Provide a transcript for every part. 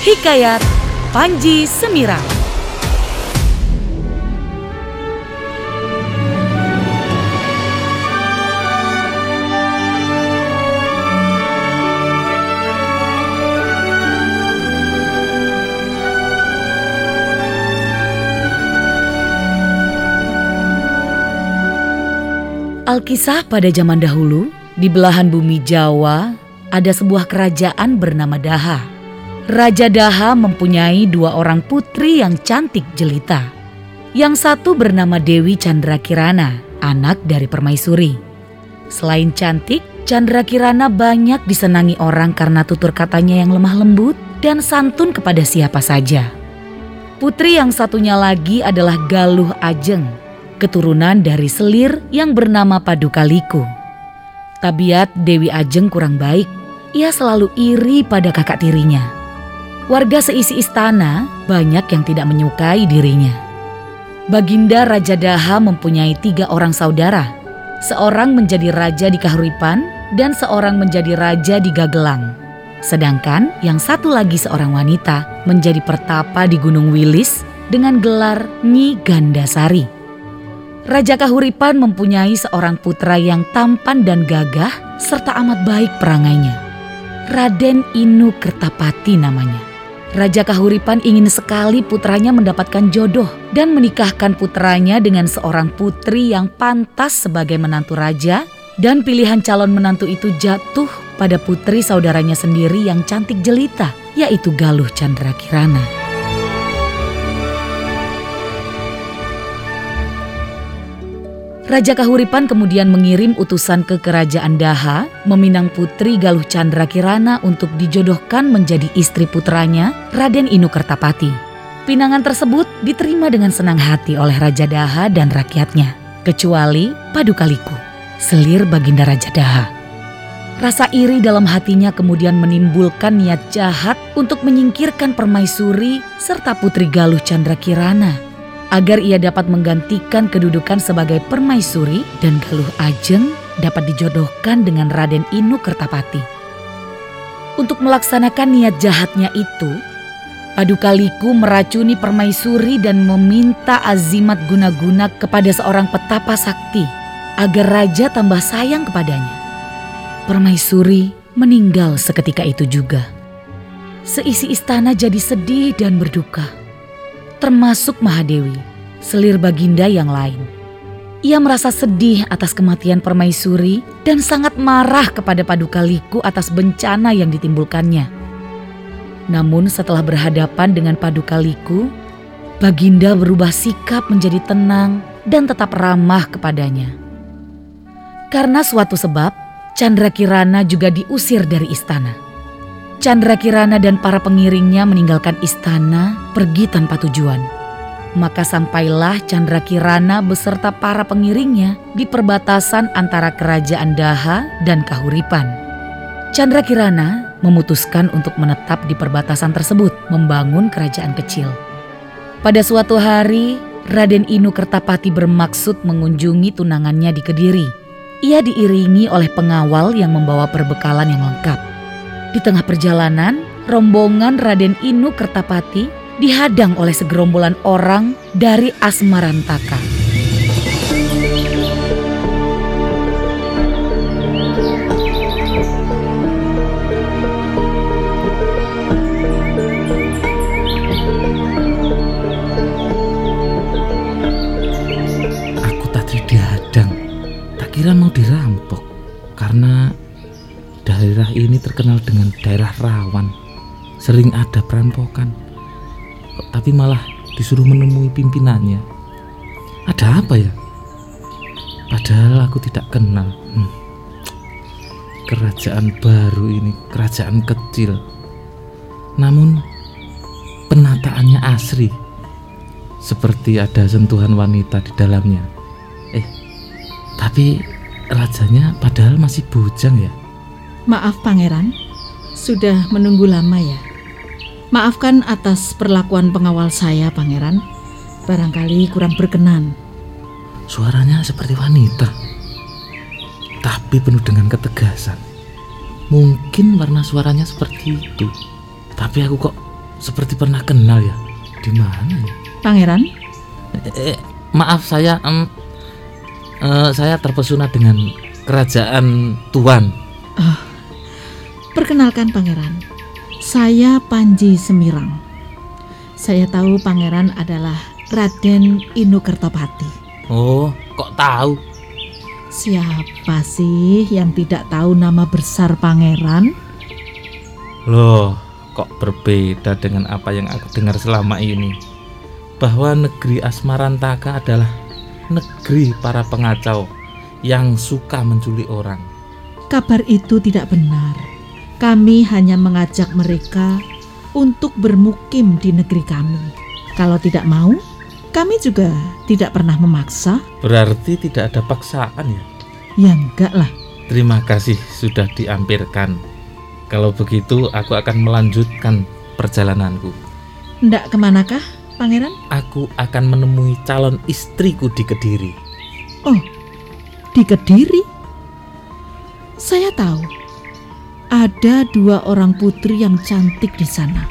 Hikayat Panji Semirang. Alkisah pada zaman dahulu, di belahan bumi Jawa, ada sebuah kerajaan bernama Daha. Raja Daha mempunyai 2 orang putri yang cantik jelita. Yang satu bernama Dewi Candrakirana, anak dari permaisuri. Selain cantik, Candrakirana banyak disenangi orang karena tutur katanya yang lemah lembut dan santun kepada siapa saja. Putri yang satunya lagi adalah Galuh Ajeng, keturunan dari selir yang bernama Padukaliku. Tabiat Dewi Ajeng kurang baik. Ia selalu iri pada kakak tirinya. Warga seisi istana banyak yang tidak menyukai dirinya. Baginda Raja Daha mempunyai 3 orang saudara. Seorang menjadi raja di Kahuripan dan seorang menjadi raja di Gagelang. Sedangkan yang satu lagi seorang wanita menjadi pertapa di Gunung Wilis dengan gelar Nyi Gandasari. Raja Kahuripan mempunyai seorang putra yang tampan dan gagah serta amat baik perangainya. Raden Inu Kertapati namanya. Raja Kahuripan ingin sekali putranya mendapatkan jodoh dan menikahkan putranya dengan seorang putri yang pantas sebagai menantu raja, dan pilihan calon menantu itu jatuh pada putri saudaranya sendiri yang cantik jelita, yaitu Galuh Candrakirana. Raja Kahuripan kemudian mengirim utusan ke kerajaan Daha meminang putri Galuh Candrakirana untuk dijodohkan menjadi istri putranya Raden Inu Kertapati. Pinangan tersebut diterima dengan senang hati oleh Raja Daha dan rakyatnya, kecuali Padukaliku, selir baginda Raja Daha. Rasa iri dalam hatinya kemudian menimbulkan niat jahat untuk menyingkirkan permaisuri serta putri Galuh Candrakirana, agar ia dapat menggantikan kedudukan sebagai permaisuri dan Galuh Ajeng dapat dijodohkan dengan Raden Inu Kertapati. Untuk melaksanakan niat jahatnya itu, Padukaliku meracuni permaisuri dan meminta azimat guna-guna kepada seorang petapa sakti agar raja tambah sayang kepadanya. Permaisuri meninggal seketika itu juga. Seisi istana jadi sedih dan berduka, termasuk Mahadewi, selir baginda yang lain. Ia merasa sedih atas kematian permaisuri dan sangat marah kepada Padukaliku atas bencana yang ditimbulkannya. Namun setelah berhadapan dengan Padukaliku, baginda berubah sikap menjadi tenang dan tetap ramah kepadanya. Karena suatu sebab, Candrakirana juga diusir dari istana. Candrakirana dan para pengiringnya meninggalkan istana pergi tanpa tujuan. Maka sampailah Candrakirana beserta para pengiringnya di perbatasan antara kerajaan Daha dan Kahuripan. Candrakirana memutuskan untuk menetap di perbatasan tersebut, membangun kerajaan kecil. Pada suatu hari, Raden Inu Kertapati bermaksud mengunjungi tunangannya di Kediri. Ia diiringi oleh pengawal yang membawa perbekalan yang lengkap. Di tengah perjalanan, rombongan Raden Inu Kertapati dihadang oleh segerombolan orang dari Asmarantaka. Aku tadi dihadang, tak kira mau dirampok karena daerah ini terkenal dengan daerah rawan, sering ada perampokan. Tapi malah disuruh menemui pimpinannya. Ada apa ya? Padahal aku tidak kenal. Kerajaan baru ini, kerajaan kecil, namun penataannya asri, seperti ada sentuhan wanita di dalamnya. Tapi rajanya padahal masih bujang ya. Maaf pangeran, sudah menunggu lama ya. Maafkan atas perlakuan pengawal saya pangeran, barangkali kurang berkenan. Suaranya seperti wanita, tapi penuh dengan ketegasan. Mungkin warna suaranya seperti itu, tapi aku kok seperti pernah kenal ya. Di mana ya? Pangeran, Maaf, saya terpesona dengan kerajaan Tuan. perkenalkan Pangeran. Saya Panji Semirang. Saya tahu Pangeran adalah Raden Inu Kertapati. Oh, kok tahu? Siapa sih yang tidak tahu nama besar Pangeran? Loh, kok berbeda dengan apa yang aku dengar selama ini? Bahwa negeri Asmarantaka adalah negeri para pengacau yang suka menculik orang. Kabar itu tidak benar. Kami hanya mengajak mereka untuk bermukim di negeri kami. Kalau tidak mau, kami juga tidak pernah memaksa. Berarti tidak ada paksaan ya? Ya enggak lah. Terima kasih sudah diampirkan. Kalau begitu aku akan melanjutkan perjalananku. Ndak kemanakah, Pangeran? Aku akan menemui calon istriku di Kediri. Oh, di Kediri? Saya tahu ada 2 orang putri yang cantik di sana.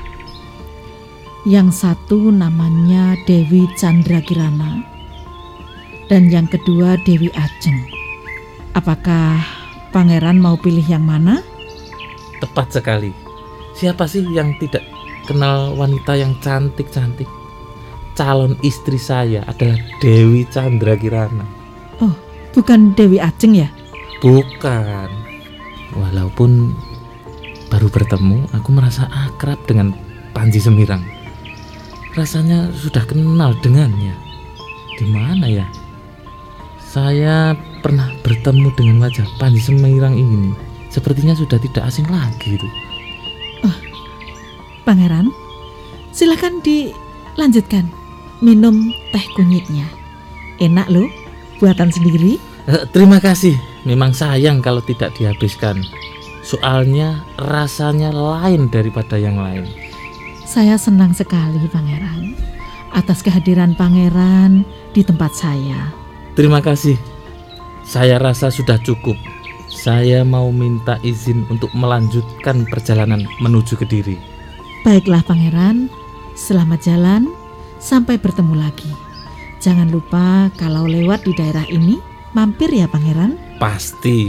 Yang satu namanya Dewi Candrakirana dan yang kedua Dewi Ajeng. Apakah Pangeran mau pilih yang mana? Tepat sekali. Siapa sih yang tidak kenal wanita yang cantik-cantik? Calon istri saya adalah Dewi Candrakirana. Oh, bukan Dewi Ajeng ya? Bukan. Walaupun baru bertemu, aku merasa akrab dengan Panji Semirang. Rasanya sudah kenal dengannya. Di mana ya? Saya pernah bertemu dengan wajah Panji Semirang ini. Sepertinya sudah tidak asing lagi itu. Pangeran, silakan dilanjutkan. Minum teh kunyitnya. Enak loh, buatan sendiri. Terima kasih. Memang sayang kalau tidak dihabiskan. Soalnya rasanya lain daripada yang lain. Saya senang sekali, Pangeran, atas kehadiran Pangeran di tempat saya. Terima kasih. Saya rasa sudah cukup. Saya mau minta izin untuk melanjutkan perjalanan menuju Kediri. Baiklah, Pangeran. Selamat jalan. Sampai bertemu lagi. Jangan lupa kalau lewat di daerah ini, mampir ya, Pangeran. Pasti.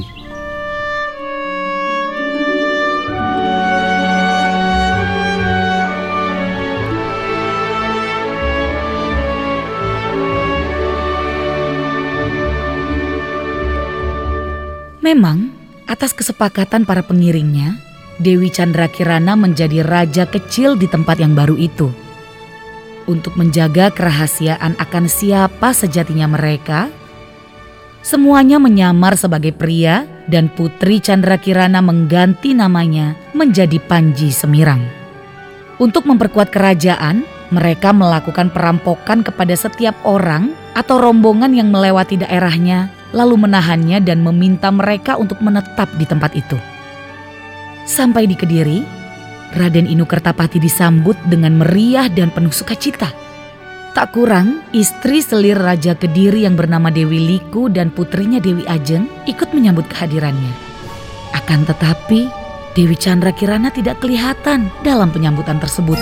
Memang, atas kesepakatan para pengiringnya, Dewi Candrakirana menjadi raja kecil di tempat yang baru itu. Untuk menjaga kerahasiaan akan siapa sejatinya mereka, semuanya menyamar sebagai pria dan Putri Candrakirana mengganti namanya menjadi Panji Semirang. Untuk memperkuat kerajaan, mereka melakukan perampokan kepada setiap orang atau rombongan yang melewati daerahnya, lalu menahannya dan meminta mereka untuk menetap di tempat itu. Sampai di Kediri, Raden Inu Kertapati disambut dengan meriah dan penuh sukacita. Tak kurang, istri selir Raja Kediri yang bernama Dewi Liku dan putrinya Dewi Ajeng ikut menyambut kehadirannya. Akan tetapi, Dewi Candrakirana tidak kelihatan dalam penyambutan tersebut.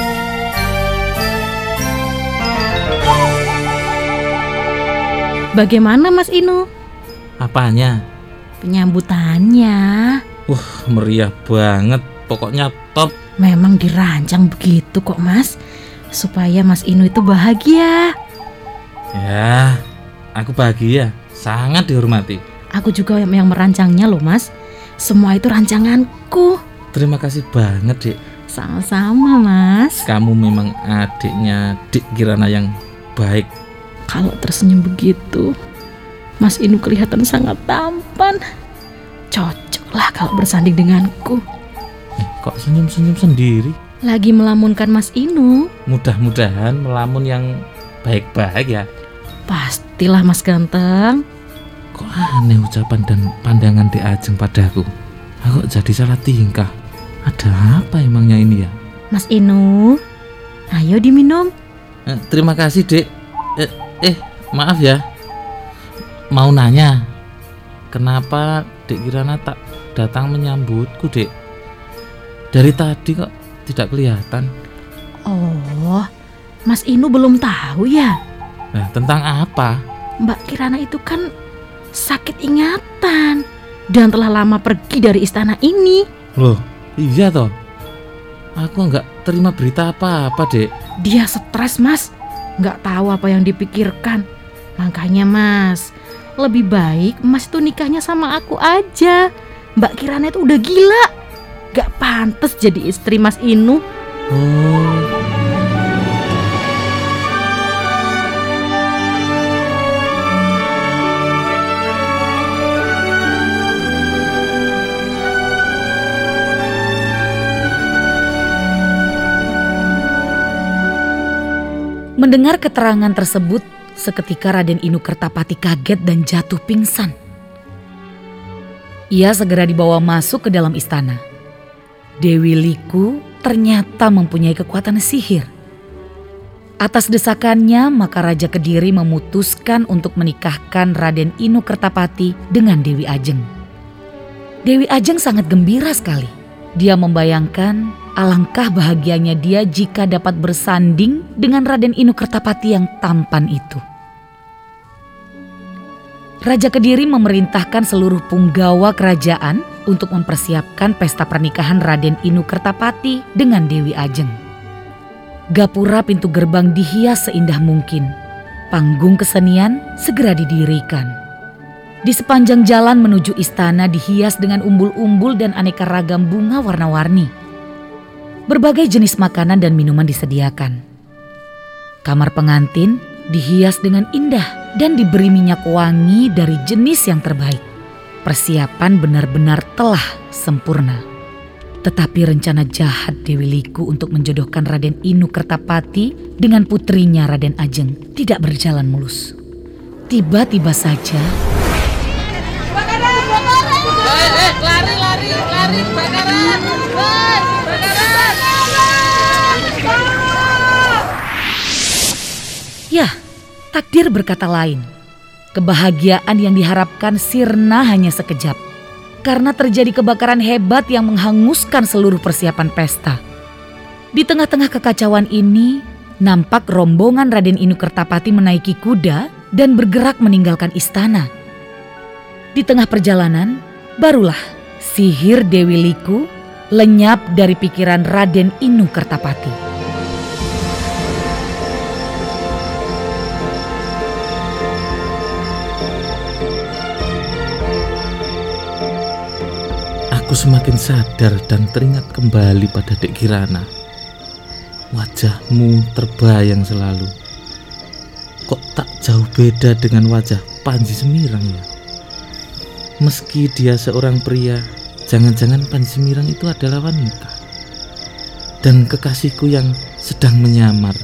Bagaimana Mas Inu? Apanya? Penyambutannya. Meriah banget. Pokoknya top. Memang dirancang begitu kok Mas, supaya Mas Inu itu bahagia. Ya, aku bahagia. Sangat dihormati. Aku juga yang merancangnya loh Mas. Semua itu rancanganku. Terima kasih banget, Dek. Sama-sama Mas. Kamu memang adiknya Dik Kirana yang baik. Kalau tersenyum begitu, Mas Inu kelihatan sangat tampan. Cocoklah kalau bersanding denganku. Kok senyum-senyum sendiri? Lagi melamunkan Mas Inu. Mudah-mudahan melamun yang baik-baik ya. Pastilah Mas ganteng. Kok aneh ucapan dan pandangan Dek Ajeng padaku. Aku jadi salah tingkah. Ada apa emangnya ini ya? Mas Inu, ayo diminum. Terima kasih, Dek. Maaf ya. Mau nanya, kenapa Dek Kirana tak datang menyambutku, Dek? Dari tadi kok tidak kelihatan. Oh, Mas Inu belum tahu ya? Nah, tentang apa? Mbak Kirana itu kan sakit ingatan dan telah lama pergi dari istana ini. Loh, iya toh. Aku nggak terima berita apa-apa, Dek. Dia stres, Mas. Nggak tahu apa yang dipikirkan. Makanya, Mas, lebih baik Mas itu nikahnya sama aku aja. Mbak Kirana itu udah gila. Nggak pantas jadi istri Mas Inu. Oh. Mendengar keterangan tersebut, seketika Raden Inu Kertapati kaget dan jatuh pingsan. Ia segera dibawa masuk ke dalam istana. Dewi Liku ternyata mempunyai kekuatan sihir. Atas desakannya, maka Raja Kediri memutuskan untuk menikahkan Raden Inu Kertapati dengan Dewi Ajeng. Dewi Ajeng sangat gembira sekali. Dia membayangkan alangkah bahagianya dia jika dapat bersanding dengan Raden Inu Kertapati yang tampan itu. Raja Kediri memerintahkan seluruh punggawa kerajaan untuk mempersiapkan pesta pernikahan Raden Inu Kertapati dengan Dewi Ajeng. Gapura pintu gerbang dihias seindah mungkin. Panggung kesenian segera didirikan. Di sepanjang jalan menuju istana dihias dengan umbul-umbul dan aneka ragam bunga warna-warni. Berbagai jenis makanan dan minuman disediakan. Kamar pengantin dihias dengan indah dan diberi minyak wangi dari jenis yang terbaik. Persiapan benar-benar telah sempurna. Tetapi rencana jahat Dewi Liku untuk menjodohkan Raden Inu Kertapati dengan putrinya Raden Ajeng tidak berjalan mulus. Tiba-tiba saja... Lari, kebakaran! Ya, takdir berkata lain. Kebahagiaan yang diharapkan sirna hanya sekejap. Karena terjadi kebakaran hebat yang menghanguskan seluruh persiapan pesta. Di tengah-tengah kekacauan ini, nampak rombongan Raden Inu Kertapati menaiki kuda dan bergerak meninggalkan istana. Di tengah perjalanan, barulah sihir Dewi Liku lenyap dari pikiran Raden Inu Kertapati. Aku semakin sadar dan teringat kembali pada Dek Kirana. Wajahmu terbayang selalu. Kok tak jauh beda dengan wajah Panji Semirang ya? Meski dia seorang pria, jangan-jangan Panji Semirang itu adalah wanita. Dan kekasihku yang sedang menyamar.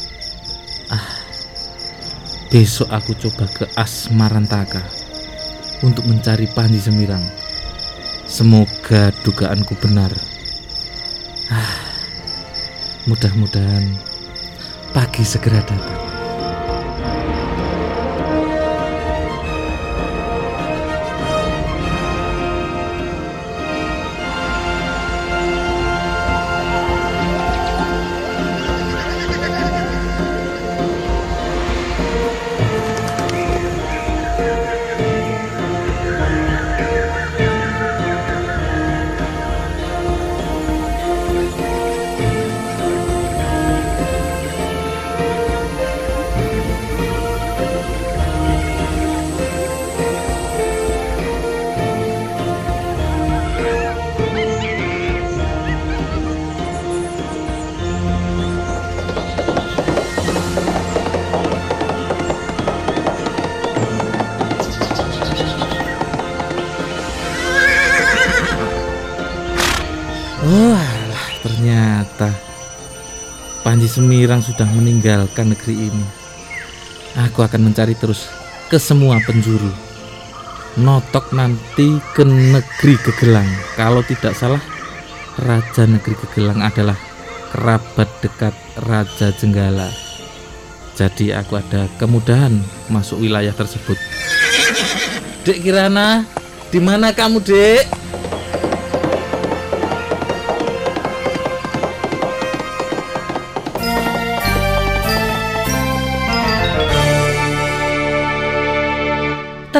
Besok aku coba ke Asmarantaka untuk mencari Panji Semirang. Semoga dugaanku benar. Mudah-mudahan pagi segera datang. Alah, ternyata Panji Semirang sudah meninggalkan negeri ini. Aku akan mencari terus ke semua penjuru. Notok nanti ke negeri Gegelang. Kalau tidak salah, Raja negeri Gegelang adalah kerabat dekat Raja Jenggala. Jadi aku ada kemudahan masuk wilayah tersebut. Dek Kirana, di mana kamu, Dek?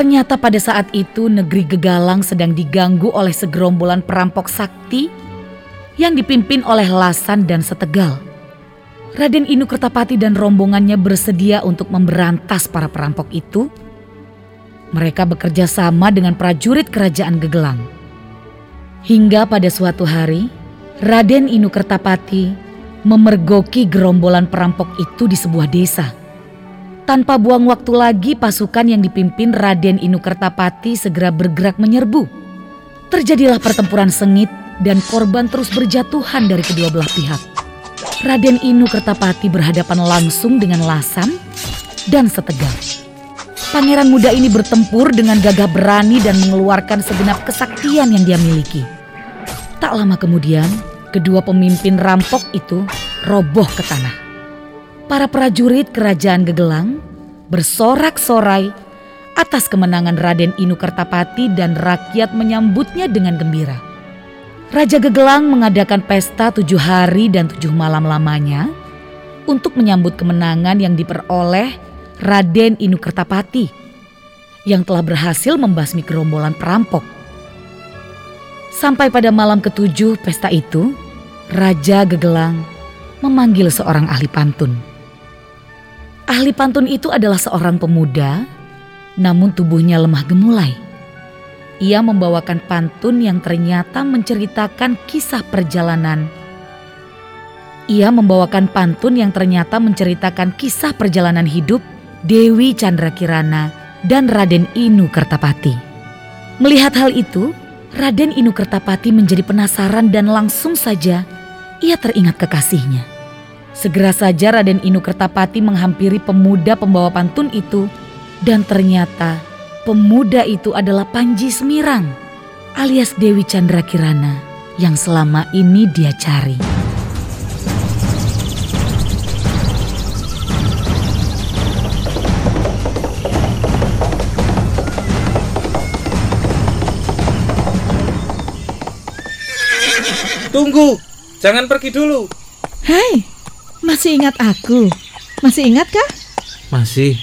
Ternyata pada saat itu negeri Gegalang sedang diganggu oleh segerombolan perampok sakti yang dipimpin oleh Lasan dan Setegal. Raden Inu Kertapati dan rombongannya bersedia untuk memberantas para perampok itu. Mereka bekerja sama dengan prajurit kerajaan Gegelang. Hingga pada suatu hari, Raden Inu Kertapati memergoki gerombolan perampok itu di sebuah desa. Tanpa buang waktu lagi, pasukan yang dipimpin Raden Inu Kertapati segera bergerak menyerbu. Terjadilah pertempuran sengit dan korban terus berjatuhan dari kedua belah pihak. Raden Inu Kertapati berhadapan langsung dengan Lasan dan Setegal. Pangeran muda ini bertempur dengan gagah berani dan mengeluarkan segenap kesaktian yang dia miliki. Tak lama kemudian, kedua pemimpin rampok itu roboh ke tanah. Para prajurit kerajaan Gegelang bersorak-sorai atas kemenangan Raden Inu Kertapati dan rakyat menyambutnya dengan gembira. Raja Gegelang mengadakan pesta 7 hari dan 7 malam lamanya untuk menyambut kemenangan yang diperoleh Raden Inu Kertapati yang telah berhasil membasmi gerombolan perampok. Sampai pada malam ke-7 pesta itu, Raja Gegelang memanggil seorang ahli pantun. Ahli pantun itu adalah seorang pemuda, namun tubuhnya lemah gemulai. Ia membawakan pantun yang ternyata menceritakan kisah perjalanan. Perjalanan hidup Dewi Candrakirana dan Raden Inu Kertapati. Melihat hal itu, Raden Inu Kertapati menjadi penasaran dan langsung saja ia teringat kekasihnya. Segera saja Raden Inu Kertapati menghampiri pemuda pembawa pantun itu dan ternyata pemuda itu adalah Panji Semirang alias Dewi Candrakirana yang selama ini dia cari. Tunggu, jangan pergi dulu. Hai, masih ingat aku? Masih ingat kah? Masih.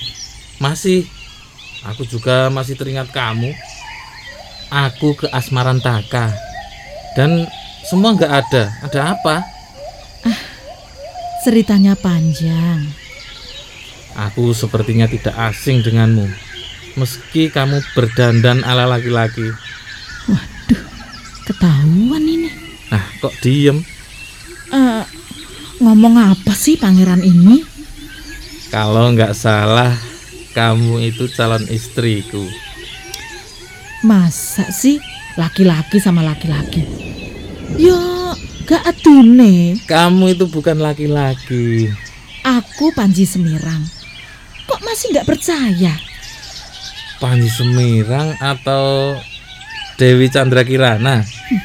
Aku juga masih teringat kamu. Aku ke Asmarantaka dan semua nggak ada. Ada apa? Ceritanya panjang. Aku sepertinya tidak asing denganmu, meski kamu berdandan ala laki-laki. Waduh, ketahuan ini. Nah, kok diem? Ngomong apa sih pangeran ini? Kalau nggak salah, kamu itu calon istriku. Masa sih laki-laki sama laki-laki? Ya, gak adune. Kamu itu bukan laki-laki. Aku Panji Semirang. Kok masih gak percaya? Panji Semirang atau Dewi Candrakirana?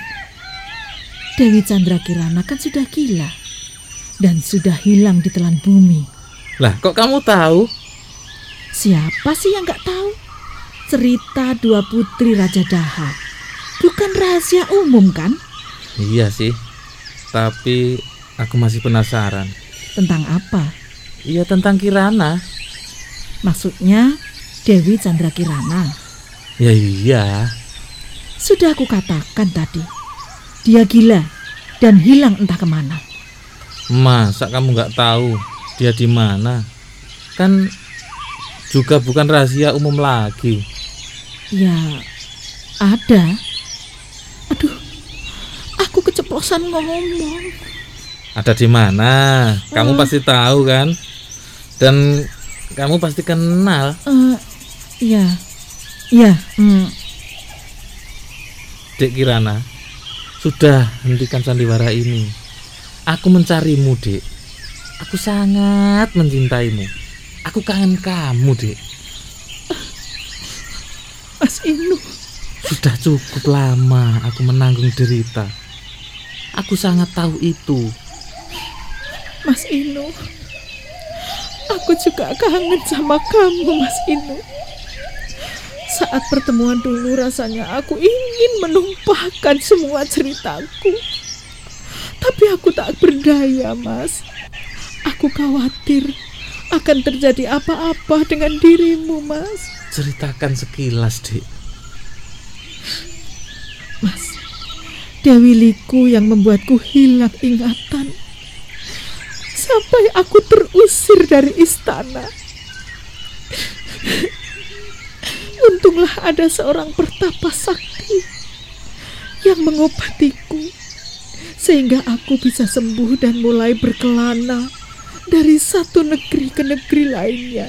Dewi Candrakirana kan sudah gila dan sudah hilang di telan bumi. Lah, kok kamu tahu? Siapa sih yang gak tahu? Cerita 2 putri Raja Daha bukan rahasia umum kan? Iya sih, tapi aku masih penasaran. Tentang apa? Iya, tentang Kirana. Maksudnya Dewi Candrakirana? Ya iya. Sudah aku katakan tadi, dia gila dan hilang entah kemana. Masa kamu nggak tahu dia di mana? Kan juga bukan rahasia umum lagi. Ya, ada. Aduh, aku keceplosan ngomong. Ada di mana? Kamu pasti tahu kan? Dan kamu pasti kenal. Iya. Dek Kirana, sudah hentikan sandiwara ini. Aku mencarimu, Dek. Aku sangat mencintaimu. Aku kangen kamu, Dek. Mas Inu. Sudah cukup lama aku menanggung derita. Aku sangat tahu itu. Mas Inu, aku juga kangen sama kamu, Mas Inu. Saat pertemuan dulu rasanya aku ingin menumpahkan semua ceritaku. Tapi aku tak berdaya, Mas. Aku khawatir akan terjadi apa-apa dengan dirimu, Mas. ceritakan sekilas, Dek. Mas, Dewi Liku yang membuatku hilang ingatan sampai aku terusir dari istana. Untunglah ada seorang pertapa sakti yang mengobatiku sehingga aku bisa sembuh dan mulai berkelana dari satu negeri ke negeri lainnya.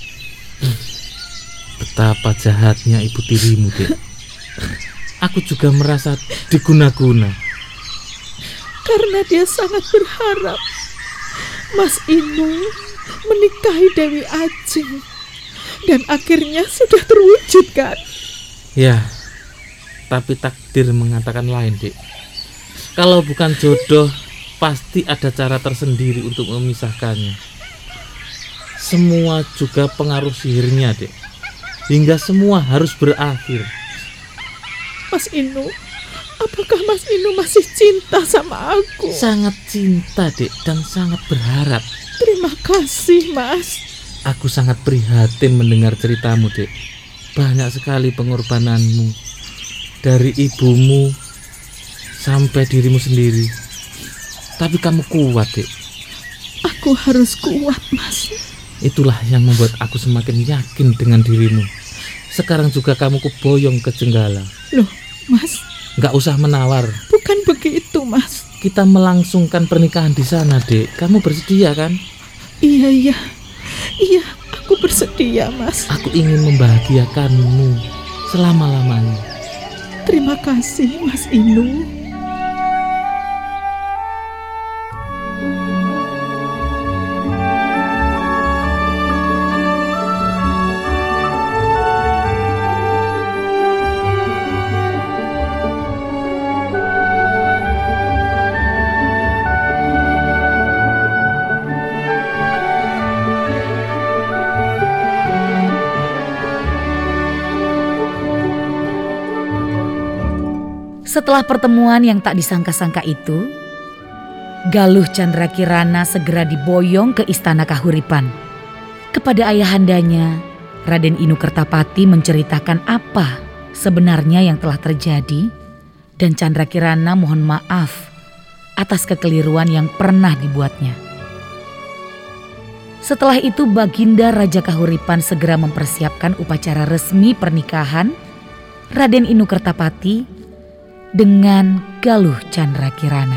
Betapa jahatnya ibu tirimu, Dek. Aku juga merasa diguna-guna. Karena dia sangat berharap Mas Inu menikahi Dewi Ajeng. Dan akhirnya sudah terwujud, kan? Ya, tapi takdir mengatakan lain, Dek. Kalau bukan jodoh, pasti ada cara tersendiri untuk memisahkannya. Semua juga pengaruh sihirnya, Dek. Hingga semua harus berakhir. Mas Inu, apakah Mas Inu masih cinta sama aku? Sangat cinta, Dek, dan sangat berharap. Terima kasih, Mas. Aku sangat prihatin mendengar ceritamu, Dek. Banyak sekali pengorbananmu, dari ibumu sampai dirimu sendiri. Tapi kamu kuat, Dek. Aku harus kuat, Mas. Itulah yang membuat aku semakin yakin dengan dirimu. Sekarang juga kamu kuboyong ke Jenggala. Loh, Mas, Gak usah menawar. bukan begitu, Mas. Kita melangsungkan pernikahan di sana, Dek. Kamu bersedia, kan? Iya, aku bersedia, Mas. Aku ingin membahagiakanmu selama-lamanya. Terima kasih, Mas Inu. Setelah pertemuan yang tak disangka-sangka itu, Galuh Candrakirana segera diboyong ke istana Kahuripan. Kepada ayahandanya, Raden Inu Kertapati menceritakan apa sebenarnya yang telah terjadi, dan Candrakirana mohon maaf atas kekeliruan yang pernah dibuatnya. Setelah itu Baginda Raja Kahuripan segera mempersiapkan upacara resmi pernikahan Raden Inu Kertapati dengan Galuh Candrakirana.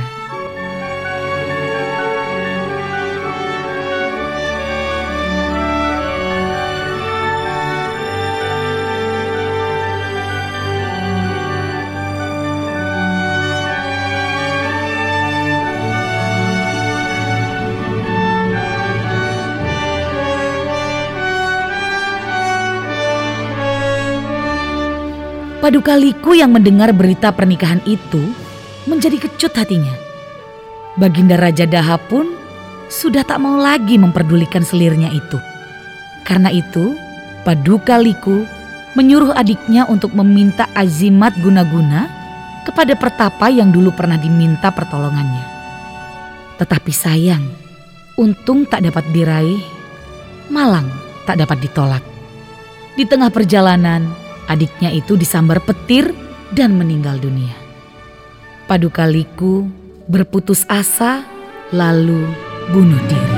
Paduka Liku yang mendengar berita pernikahan itu menjadi kecut hatinya. Baginda Raja Daha pun sudah tak mau lagi memperdulikan selirnya itu. Karena itu, Paduka Liku menyuruh adiknya untuk meminta azimat guna-guna kepada pertapa yang dulu pernah diminta pertolongannya. Tetapi sayang, untung tak dapat diraih, malang tak dapat ditolak. Di tengah perjalanan, adiknya itu disambar petir dan meninggal dunia. Paduka Liku berputus asa lalu bunuh diri.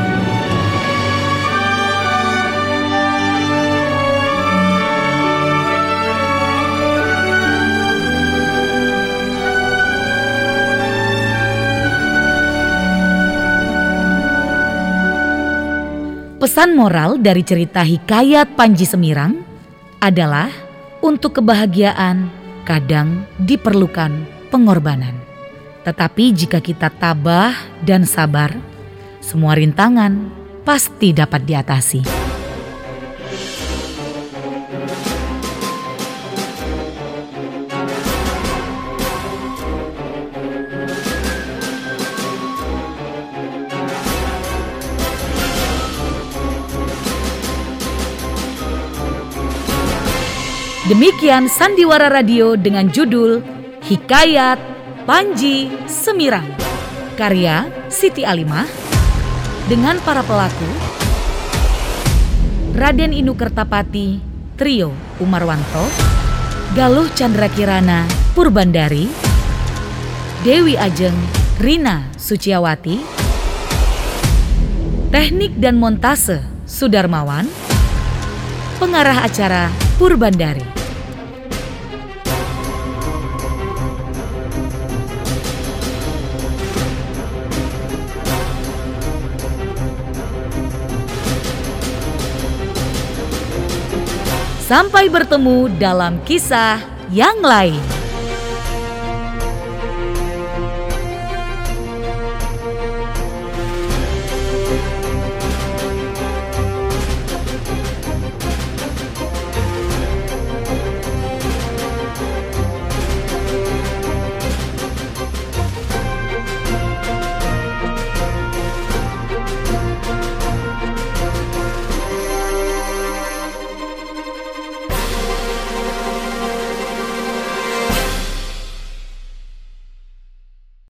Pesan moral dari cerita Hikayat Panji Semirang adalah untuk kebahagiaan kadang diperlukan pengorbanan. Tetapi jika kita tabah dan sabar, semua rintangan pasti dapat diatasi. Demikian Sandiwara Radio dengan judul Hikayat Panji Semirang, karya Siti Alimah, dengan para pelaku Raden Inu Kertapati Trio Umarwanto, Galuh Chandra Kirana Purbandari, Dewi Ajeng Rina Suciawati, teknik dan montase Sudarmawan, pengarah acara Purbandari. Sampai bertemu dalam kisah yang lain.